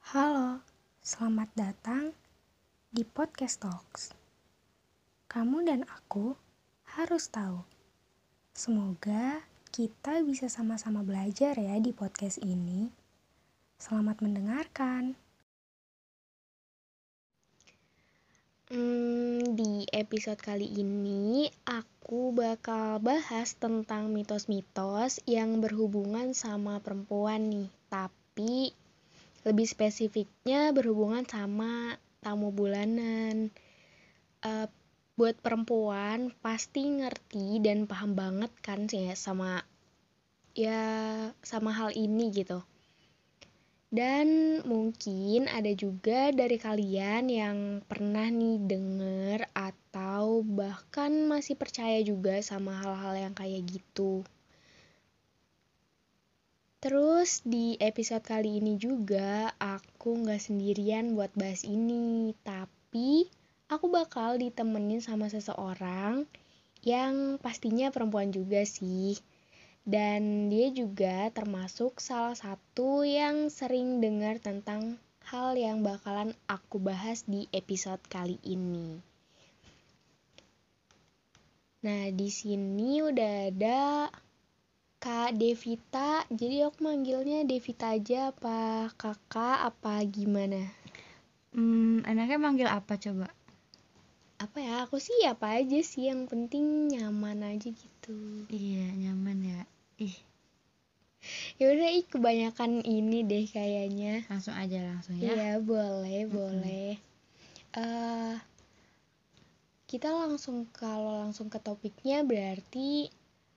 Halo, selamat datang di Podcast Talks. Kamu dan aku harus tahu. Semoga kita bisa sama-sama belajar ya di podcast ini. Selamat mendengarkan. Di episode kali ini aku bakal bahas tentang mitos-mitos yang berhubungan sama perempuan nih. Tapi lebih spesifiknya berhubungan sama tamu bulanan. Buat perempuan pasti ngerti dan paham banget kan sih ya sama hal ini gitu. Dan mungkin ada juga dari kalian yang pernah nih denger atau bahkan masih percaya juga sama hal-hal yang kayak gitu. Terus di episode kali ini juga aku gak sendirian buat bahas ini, tapi aku bakal ditemenin sama seseorang yang pastinya perempuan juga sih. Dan dia juga termasuk salah satu yang sering dengar tentang hal yang bakalan aku bahas di episode kali ini. Nah, di sini udah ada Kak Devita. Jadi aku manggilnya Devita aja apa kakak apa gimana? Enaknya manggil apa coba? Apa ya, aku sih apa aja sih, yang penting nyaman aja gitu. Iya, nyaman ya. Yaudah, kebanyakan ini deh kayaknya. Langsung aja ya. Iya, boleh. Kita langsung ke topiknya, berarti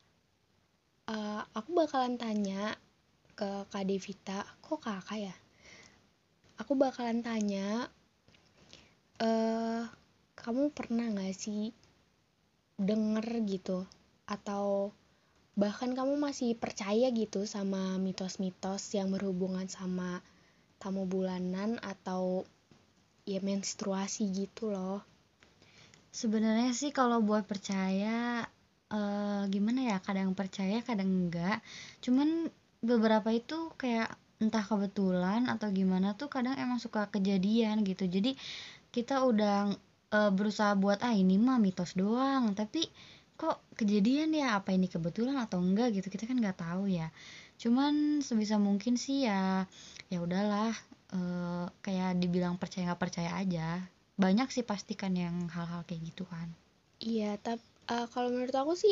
aku bakalan tanya ke Kak Devita. Kok kakak ya? Aku bakalan tanya, kamu pernah gak sih denger gitu, atau bahkan kamu masih percaya gitu sama mitos-mitos yang berhubungan sama tamu bulanan atau ya menstruasi gitu loh? Sebenarnya sih kalau buat percaya gimana ya, kadang percaya kadang enggak. Cuman beberapa itu kayak entah kebetulan atau gimana tuh kadang emang suka kejadian gitu. Jadi kita udah berusaha buat ini mah mitos doang, tapi kok kejadian ya, apa ini kebetulan atau enggak gitu, kita kan nggak tahu ya. Cuman sebisa mungkin sih ya udahlah, kayak dibilang percaya nggak percaya aja. Banyak sih pastikan yang hal-hal kayak gitu kan. Iya, tapi kalau menurut aku sih,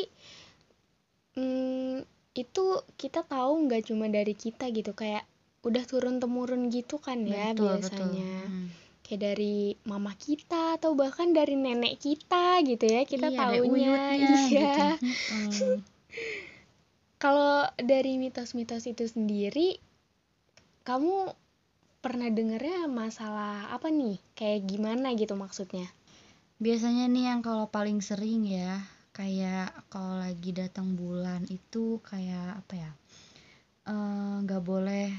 itu kita tahu nggak cuma dari kita gitu, kayak udah turun temurun gitu kan ya Betul. biasanya. Kayak dari mama kita atau bahkan dari nenek kita gitu ya, kita Iya, dari taunya. uyutnya Iya. gitu. Kalau dari mitos-mitos itu sendiri, kamu pernah dengernya masalah apa nih? Kayak gimana gitu maksudnya? Biasanya nih yang kalau paling sering ya, kayak kalau lagi datang bulan itu kayak apa ya, nggak boleh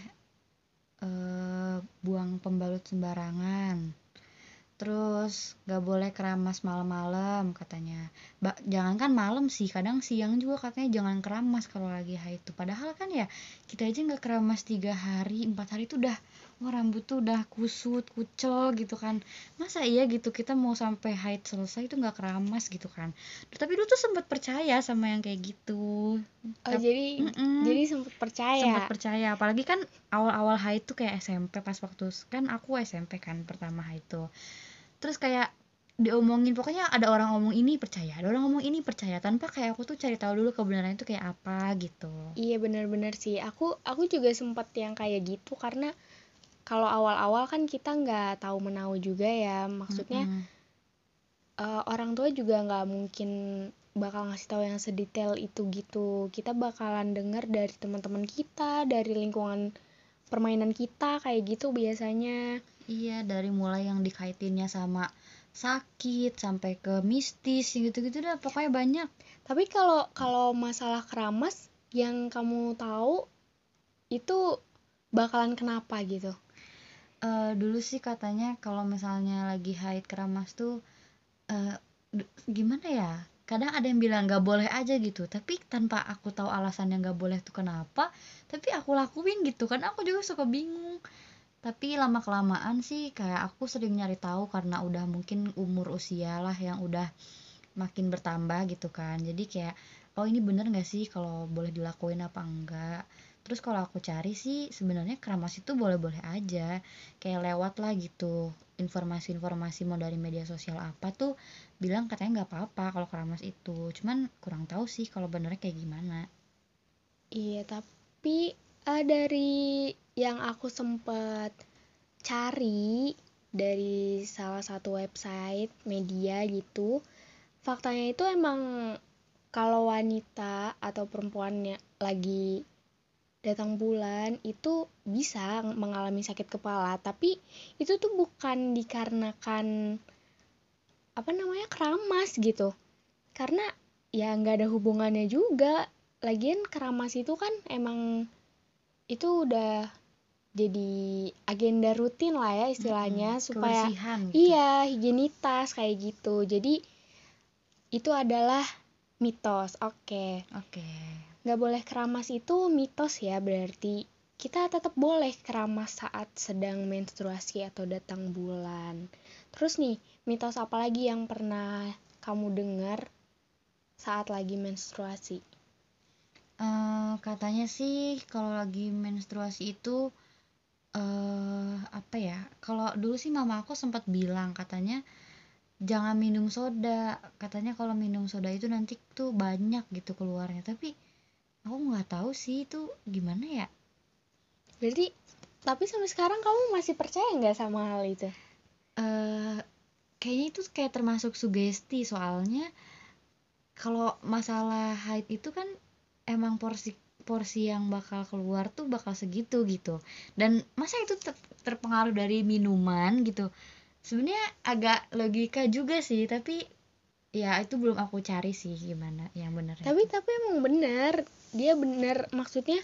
buang pembalut sembarangan. Terus nggak boleh keramas malam-malam katanya. Jangankan malam sih, kadang siang juga katanya jangan keramas kalau lagi haid itu. Padahal kan ya kita aja nggak keramas 3 hari 4 hari itu udah, wah, rambut tuh udah kusut kucel gitu kan. Masa iya gitu kita mau sampai haid selesai itu nggak keramas gitu kan. Tapi dulu tuh sempet percaya sama yang kayak gitu. Oh, jadi sempat Sempat percaya. percaya, apalagi kan awal-awal haid tuh kayak SMP, pas waktu kan aku SMP kan pertama haid tuh. Terus kayak diomongin, pokoknya ada orang ngomong ini percaya, ada orang ngomong ini percaya, tanpa kayak aku tuh cari tahu dulu kebenarannya itu kayak apa gitu. Iya, benar-benar sih. Aku juga sempat yang kayak gitu, karena kalau awal-awal kan kita nggak tahu menahu juga ya. Maksudnya orang tua juga nggak mungkin bakal ngasih tahu yang sedetail itu gitu. Kita bakalan denger dari teman-teman kita, dari lingkungan permainan kita kayak gitu biasanya. Iya, dari mulai yang dikaitinnya sama sakit sampai ke mistis gitu-gitu dah, pokoknya banyak. Tapi kalau masalah keramas yang kamu tahu itu bakalan kenapa gitu? Dulu sih katanya kalau misalnya lagi haid keramas tuh, eh, gimana ya, kadang ada yang bilang nggak boleh aja gitu, tapi tanpa aku tahu alasan yang nggak boleh tuh kenapa, tapi aku lakuin gitu kan, aku juga suka bingung. Tapi lama-kelamaan sih kayak aku sering nyari tahu karena udah mungkin umur usia lah yang udah makin bertambah gitu kan. Jadi kayak oh ini bener nggak sih kalau boleh dilakuin apa enggak. Terus kalau aku cari sih sebenarnya keramas itu boleh-boleh aja. Kayak lewat lah gitu. Informasi-informasi mau dari media sosial apa tuh bilang katanya nggak apa-apa kalau keramas itu. Cuman kurang tahu sih kalau benernya kayak gimana. Iya, tapi dari yang aku sempet cari dari salah satu website media gitu, faktanya itu emang kalau wanita atau perempuannya lagi datang bulan itu bisa mengalami sakit kepala, tapi itu tuh bukan dikarenakan keramas gitu. Karena ya nggak ada hubungannya juga. Lagian keramas itu kan emang itu udah jadi agenda rutin lah ya istilahnya, supaya Kebersihan gitu. iya higienitas kayak gitu. Jadi itu adalah mitos. Oke. Oke. Nggak boleh keramas itu mitos ya, berarti kita tetap boleh keramas saat sedang menstruasi atau datang bulan. Terus nih, mitos apa lagi yang pernah kamu dengar saat lagi menstruasi? Katanya sih kalau lagi menstruasi itu apa ya? Kalau dulu sih mama aku sempat bilang katanya jangan minum soda. Katanya kalau minum soda itu nanti tuh banyak gitu keluarnya. Tapi aku nggak tahu sih itu gimana ya. Berarti, tapi sampai sekarang kamu masih percaya nggak sama hal itu? Kayaknya itu kayak termasuk sugesti soalnya kalau masalah haid itu kan emang porsi yang bakal keluar tuh bakal segitu gitu. Dan masa itu terpengaruh dari minuman gitu. Sebenarnya agak logika juga sih, tapi ya itu belum aku cari sih gimana yang benar Tapi itu. emang benar, dia benar, maksudnya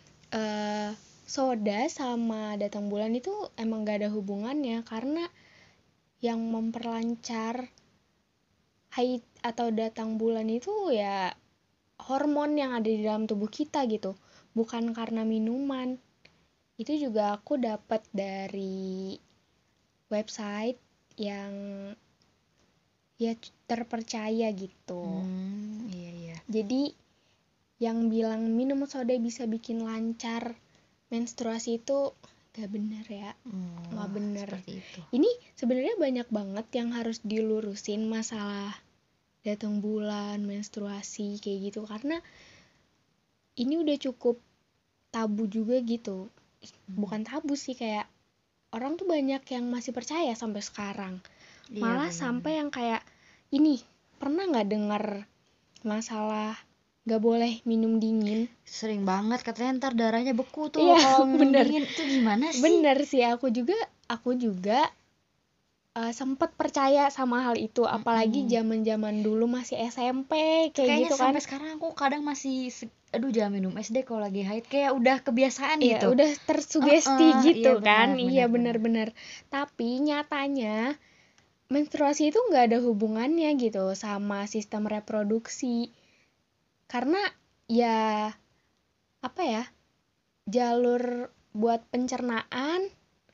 soda sama datang bulan itu emang gak ada hubungannya, karena yang memperlancar haid atau datang bulan itu ya hormon yang ada di dalam tubuh kita gitu, bukan karena minuman. Itu juga aku dapat dari website yang ya terpercaya gitu. Iya iya. Jadi yang bilang minum soda bisa bikin lancar menstruasi itu gak bener ya, gak bener. Seperti itu. Ini sebenarnya banyak banget yang harus dilurusin masalah datang bulan, menstruasi kayak gitu, karena ini udah cukup tabu juga gitu. Bukan tabu sih, kayak orang tuh banyak yang masih percaya sampai sekarang. Iya, Malah benar. sampai yang kayak ini, pernah nggak dengar masalah nggak boleh minum dingin? Sering banget katanya ntar darahnya beku tuh Iya, kalau minum bener. dingin. Itu gimana sih? Bener sih, aku juga sempet percaya sama hal itu, apalagi zaman-zaman dulu masih SMP kayak Kayaknya gitu kan. sampai sekarang aku kadang masih aduh jangan minum SD kalau lagi haid, kayak udah kebiasaan Iya, gitu. udah tersugesti gitu Iya kan. Iya, benar. bener-bener. Tapi nyatanya menstruasi itu nggak ada hubungannya gitu sama sistem reproduksi. Karena ya apa ya, jalur buat pencernaan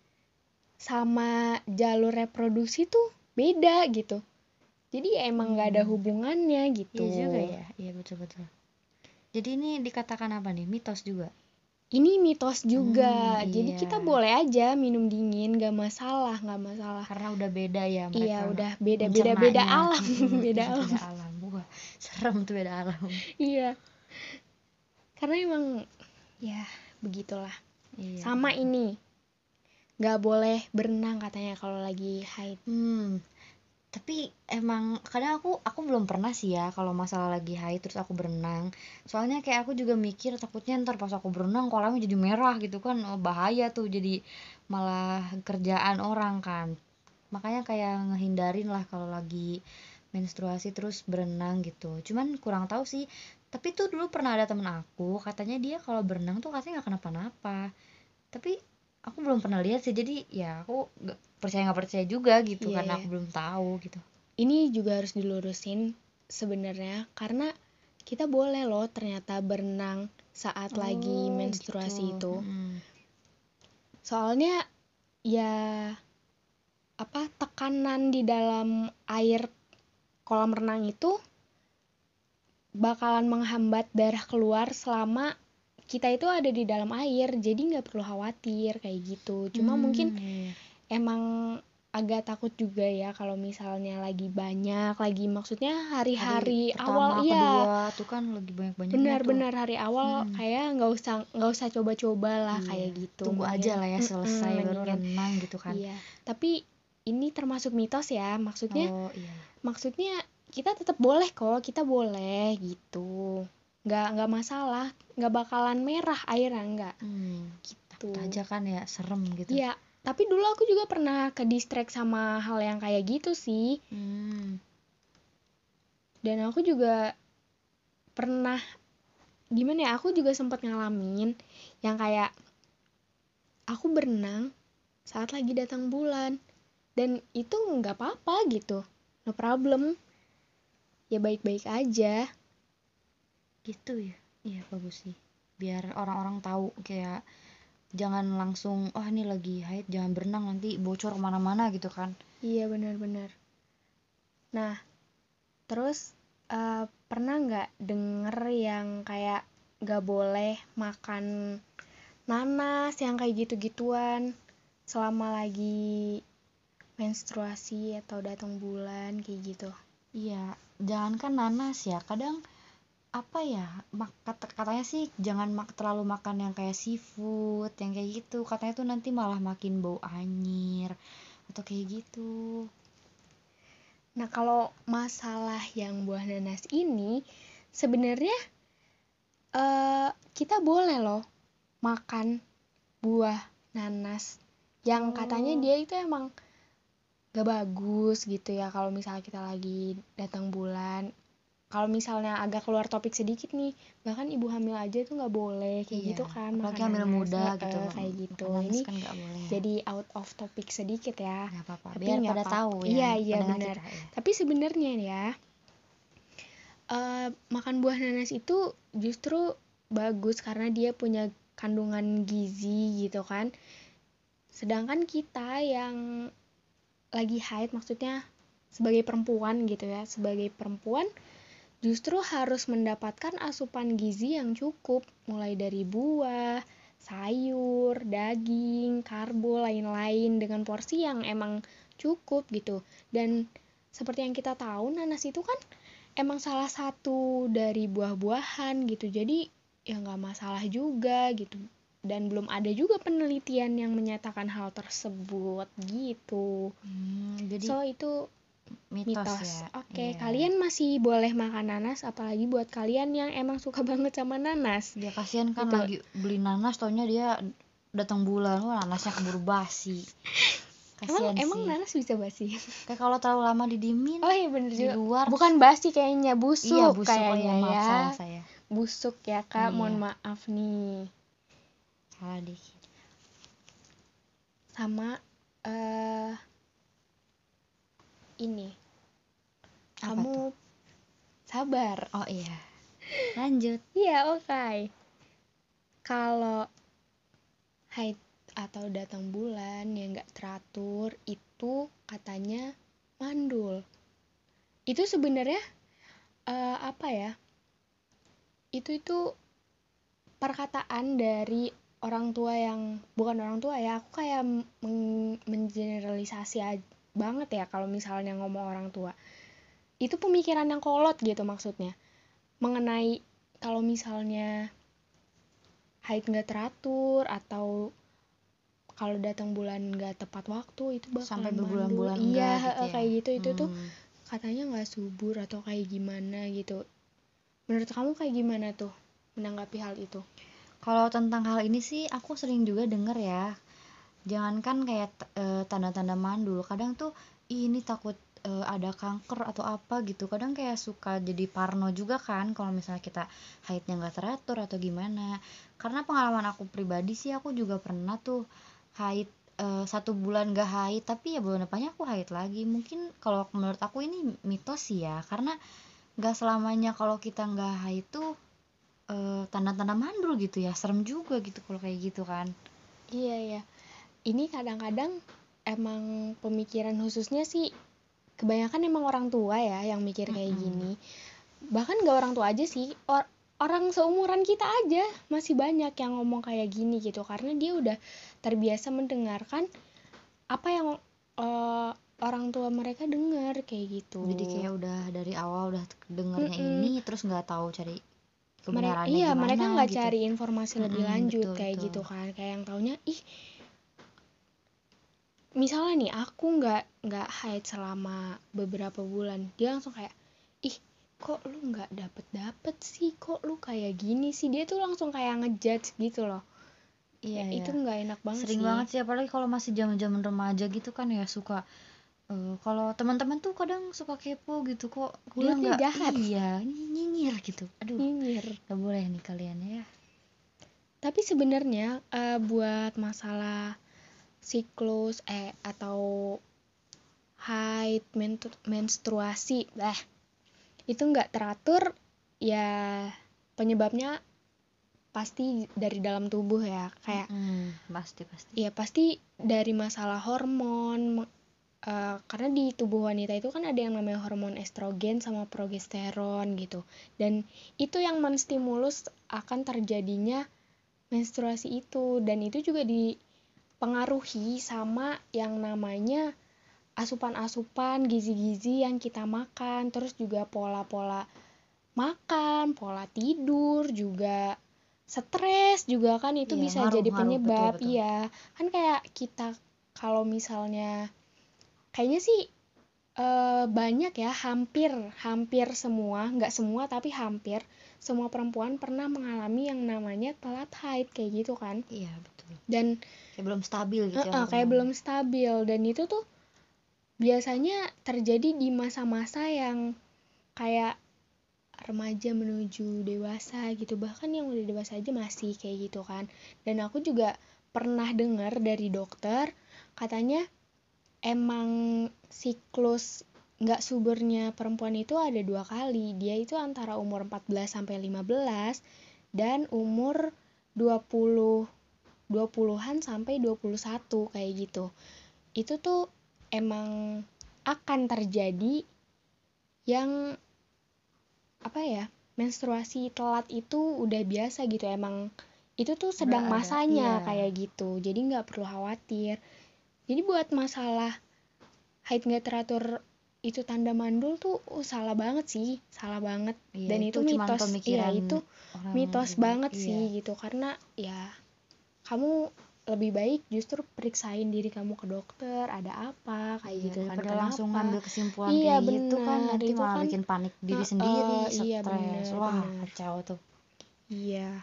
sama jalur reproduksi tuh beda gitu. Jadi ya emang nggak ada hubungannya gitu. Iya juga ya, iya betul-betul. Jadi ini dikatakan apa nih, mitos juga? Ini mitos juga. Jadi Iya. kita boleh aja minum dingin, nggak masalah. Karena udah beda ya mereka. Iya, udah beda mencernanya. alam. Beda Iya, alam. beda alam. Wah, serem tuh beda alam. Iya. Karena emang ya begitulah. Iya. Sama ini, nggak boleh berenang katanya kalau lagi haid. Tapi emang kadang aku belum pernah sih ya kalau masalah lagi haid terus aku berenang. Soalnya kayak aku juga mikir takutnya ntar pas aku berenang kolamnya jadi merah gitu kan. Oh, bahaya tuh, jadi malah kerjaan orang kan. Makanya kayak ngehindarin lah kalau lagi menstruasi terus berenang gitu. Cuman kurang tahu sih. Tapi tuh dulu pernah ada temen aku katanya dia kalau berenang tuh katanya nggak kenapa-napa. Tapi aku belum pernah lihat sih, jadi ya aku nggak percaya juga gitu. Iya, Karena iya. aku belum tahu gitu. Ini juga harus dilurusin sebenarnya, karena kita boleh loh ternyata berenang saat lagi menstruasi Gitu. itu. Soalnya ya tekanan di dalam air kolam renang itu bakalan menghambat darah keluar selama kita itu ada di dalam air, jadi nggak perlu khawatir kayak gitu. Cuma mungkin Iya. emang agak takut juga ya kalau misalnya lagi banyak, lagi maksudnya hari-hari pertama, awal, kedua tuh kan lagi banyak-banyaknya tuh. benar-benar hari awal kayak nggak usah coba-coba lah Iya. kayak gitu. Tunggu Mendingan- aja lah ya selesai baru mendingan. renang gitu kan. Iya, tapi ini termasuk mitos ya, maksudnya Oh iya. kita tetap boleh kok, kita boleh gitu, nggak masalah, nggak bakalan merah airnya, nggak gitu. Takut aja kan ya, serem gitu. Iya, tapi dulu aku juga pernah ke distract sama hal yang kayak gitu sih. Dan aku juga pernah, gimana ya, aku juga sempat ngalamin yang kayak aku berenang saat lagi datang bulan, dan itu nggak apa-apa gitu, no problem, ya baik-baik aja. Gitu ya. Iya bagus sih. Biar orang-orang tahu kayak jangan langsung ini lagi haid jangan berenang nanti bocor kemana-mana gitu kan. Iya benar-benar. Nah terus pernah nggak denger yang kayak nggak boleh makan nanas yang kayak gitu-gituan selama lagi menstruasi atau datang bulan kayak gitu? Iya, jangankan nanas ya, kadang apa ya, katanya sih jangan terlalu makan yang kayak seafood, yang kayak gitu. Katanya tuh nanti malah makin bau anyir atau kayak gitu. Nah kalau masalah yang buah nanas ini sebenarnya kita boleh loh makan buah nanas yang katanya dia itu emang gak bagus gitu ya kalau misalnya kita lagi datang bulan. Kalau misalnya agak keluar topik sedikit nih, bahkan ibu hamil aja tuh nggak boleh kayak gitu kan, apalagi makan hamil nanas, muda gitu kayak gitu. makan nanas Ini kan nggak boleh ya. jadi out of topic sedikit ya. Nggak apa-apa, Tapi biar nggak pada apa-apa. tahu ya. Iya pendengar benar. kita, ya. Tapi sebenarnya ya makan buah nanas itu justru bagus karena dia punya kandungan gizi gitu kan. Sedangkan kita yang lagi haid, maksudnya sebagai perempuan gitu ya, sebagai perempuan justru harus mendapatkan asupan gizi yang cukup, mulai dari buah, sayur, daging, karbo, lain-lain dengan porsi yang emang cukup gitu. Dan seperti yang kita tahu, nanas itu kan emang salah satu dari buah-buahan gitu, jadi ya nggak masalah juga gitu. Dan belum ada juga penelitian yang menyatakan hal tersebut gitu. Jadi So itu mitos. ya. Oke, Iya. kalian masih boleh makan nanas, apalagi buat kalian yang emang suka banget sama nanas. Ya kasihan kan Gitu. lagi beli nanas taunya dia datang bulan, nanasnya keburu basi. Kasihan Emang sih. nanas bisa basi? Kayak kalau terlalu lama didiemin Oh iya bener di juga. luar. Bukan basi kayaknya, busuk. Iya busuk, kayaknya maaf ya. salah saya. Busuk ya kak, Iya. mohon maaf nih. Salah dikit. Sama ini. Apa Kamu tuh? sabar. Oh iya. Lanjut. Iya, oke. Kalau haid atau datang bulan yang nggak teratur itu katanya mandul. Itu sebenarnya apa ya? Itu perkataan dari orang tua yang bukan orang tua ya. Aku kayak mengeneralisasi banget ya kalau misalnya ngomong orang tua. Itu pemikiran yang kolot gitu maksudnya. Mengenai kalau misalnya haid nggak teratur atau kalau datang bulan nggak tepat waktu itu bakal Sampai mandul. berbulan-bulan Iya gitu ya. kayak gitu. Itu tuh katanya nggak subur atau kayak gimana gitu. Menurut kamu kayak gimana tuh menanggapi hal itu? Kalau tentang hal ini sih aku sering juga denger ya. Jangankan kayak tanda-tanda mandul, kadang tuh ini takut ada kanker atau apa gitu. Kadang kayak suka jadi parno juga kan kalau misalnya kita haidnya nggak teratur atau gimana. Karena pengalaman aku pribadi sih, aku juga pernah tuh haid 1 bulan gak haid, tapi ya bulan depannya aku haid lagi. Mungkin kalau menurut aku ini mitos sih ya, karena gak selamanya kalau kita nggak haid tuh tanda-tanda mandul gitu ya. Serem juga gitu kalau kayak gitu kan. Iya ya. ini kadang-kadang emang pemikiran khususnya sih kebanyakan emang orang tua ya yang mikir kayak gini. Bahkan gak orang tua aja sih, orang seumuran kita aja masih banyak yang ngomong kayak gini gitu, karena dia udah terbiasa mendengarkan apa yang orang tua mereka dengar kayak gitu. Jadi kayak udah dari awal udah dengernya ini terus nggak tahu cari kebenarannya Iya, gimana mereka nggak gitu. cari informasi lebih lanjut betul, kayak betul. gitu kan, kayak yang taunya misalnya nih aku nggak haid selama beberapa bulan, dia langsung kayak kok lu nggak dapet sih, kok lu kayak gini sih, dia tuh langsung kayak ngejudge gitu loh. Iya, Itu nggak enak banget sering sih. banget sih, apalagi kalau masih zaman-zaman remaja gitu kan ya, suka kalau teman-teman tuh kadang suka kepo gitu, kok dia Mulutnya nggak, jahat. iya nyinyir gitu, aduh Nyinyir. nggak boleh nih kalian ya. Tapi sebenarnya buat masalah siklus atau haid, menstruasi itu nggak teratur ya, penyebabnya pasti dari dalam tubuh ya, kayak Pasti ya pasti dari masalah hormon. Karena di tubuh wanita itu kan ada yang namanya hormon estrogen sama progesteron gitu, dan itu yang menstimulus akan terjadinya menstruasi itu, dan itu juga dipengaruhi sama yang namanya asupan-asupan gizi-gizi yang kita makan, terus juga pola-pola makan, pola tidur, juga stres juga kan, itu bisa ngaruh, jadi penyebab. betul. Iya kan, kayak kita kalau misalnya kayaknya sih banyak ya, hampir semua, nggak semua tapi hampir semua perempuan pernah mengalami yang namanya telat haid kayak gitu kan. Iya betul, Dan kayak belum stabil gitu ya kayak hormonnya. belum stabil, dan itu tuh biasanya terjadi di masa-masa yang kayak remaja menuju dewasa gitu, bahkan yang udah dewasa aja masih kayak gitu kan. Dan aku juga pernah dengar dari dokter, katanya emang siklus nggak suburnya perempuan itu ada 2 kali. Dia itu antara umur 14 sampai 15 dan umur 20-an sampai 21 kayak gitu. Itu tuh emang akan terjadi yang menstruasi telat itu udah biasa gitu, emang itu tuh sedang masanya kayak gitu. Jadi nggak perlu khawatir. Jadi buat masalah haid nggak teratur itu tanda mandul tuh salah banget sih, salah banget. Iya, Dan itu mitos, itu mitos banget sih gitu, karena ya kamu lebih baik justru periksain diri kamu ke dokter, ada apa kayak gitu kan, daripada kenapa langsung ngambil kesimpulan iya, kayak gitu kan, nanti itu malah kan bikin panik diri sendiri, iya, stres, wah kacau tuh. Iya.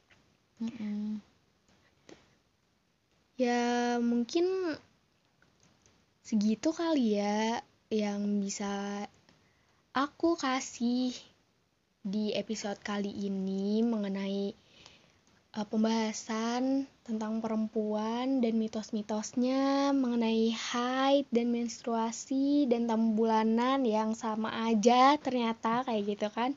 Ya mungkin segitu kali ya yang bisa aku kasih di episode kali ini mengenai pembahasan tentang perempuan dan mitos-mitosnya mengenai haid dan menstruasi dan tamu bulanan yang sama aja ternyata kayak gitu kan.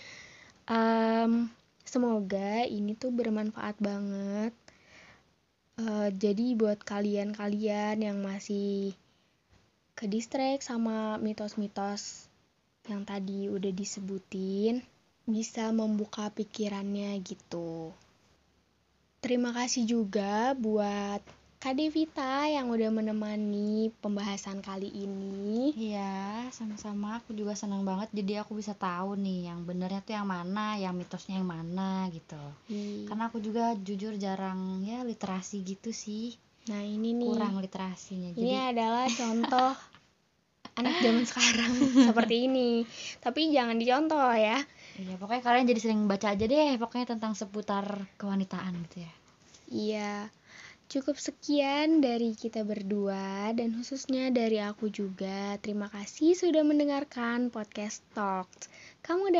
Semoga ini tuh bermanfaat banget. Jadi buat kalian-kalian yang masih ke distract sama mitos-mitos yang tadi udah disebutin, bisa membuka pikirannya gitu. Terima kasih juga buat Kak Devita yang udah menemani pembahasan kali ini. Iya, sama-sama, aku juga senang banget, jadi aku bisa tahu nih yang benernya tuh yang mana, yang mitosnya yang mana gitu. Karena aku juga jujur jarang ya literasi gitu sih. Nah ini nih, kurang literasinya. Ini Jadi adalah contoh anak zaman sekarang seperti ini. Tapi jangan dicontoh ya. iya, pokoknya kalian jadi sering baca aja deh pokoknya tentang seputar kewanitaan gitu ya. Iya, cukup sekian dari kita berdua dan khususnya dari aku juga. Terima kasih sudah mendengarkan podcast Talks. Kamu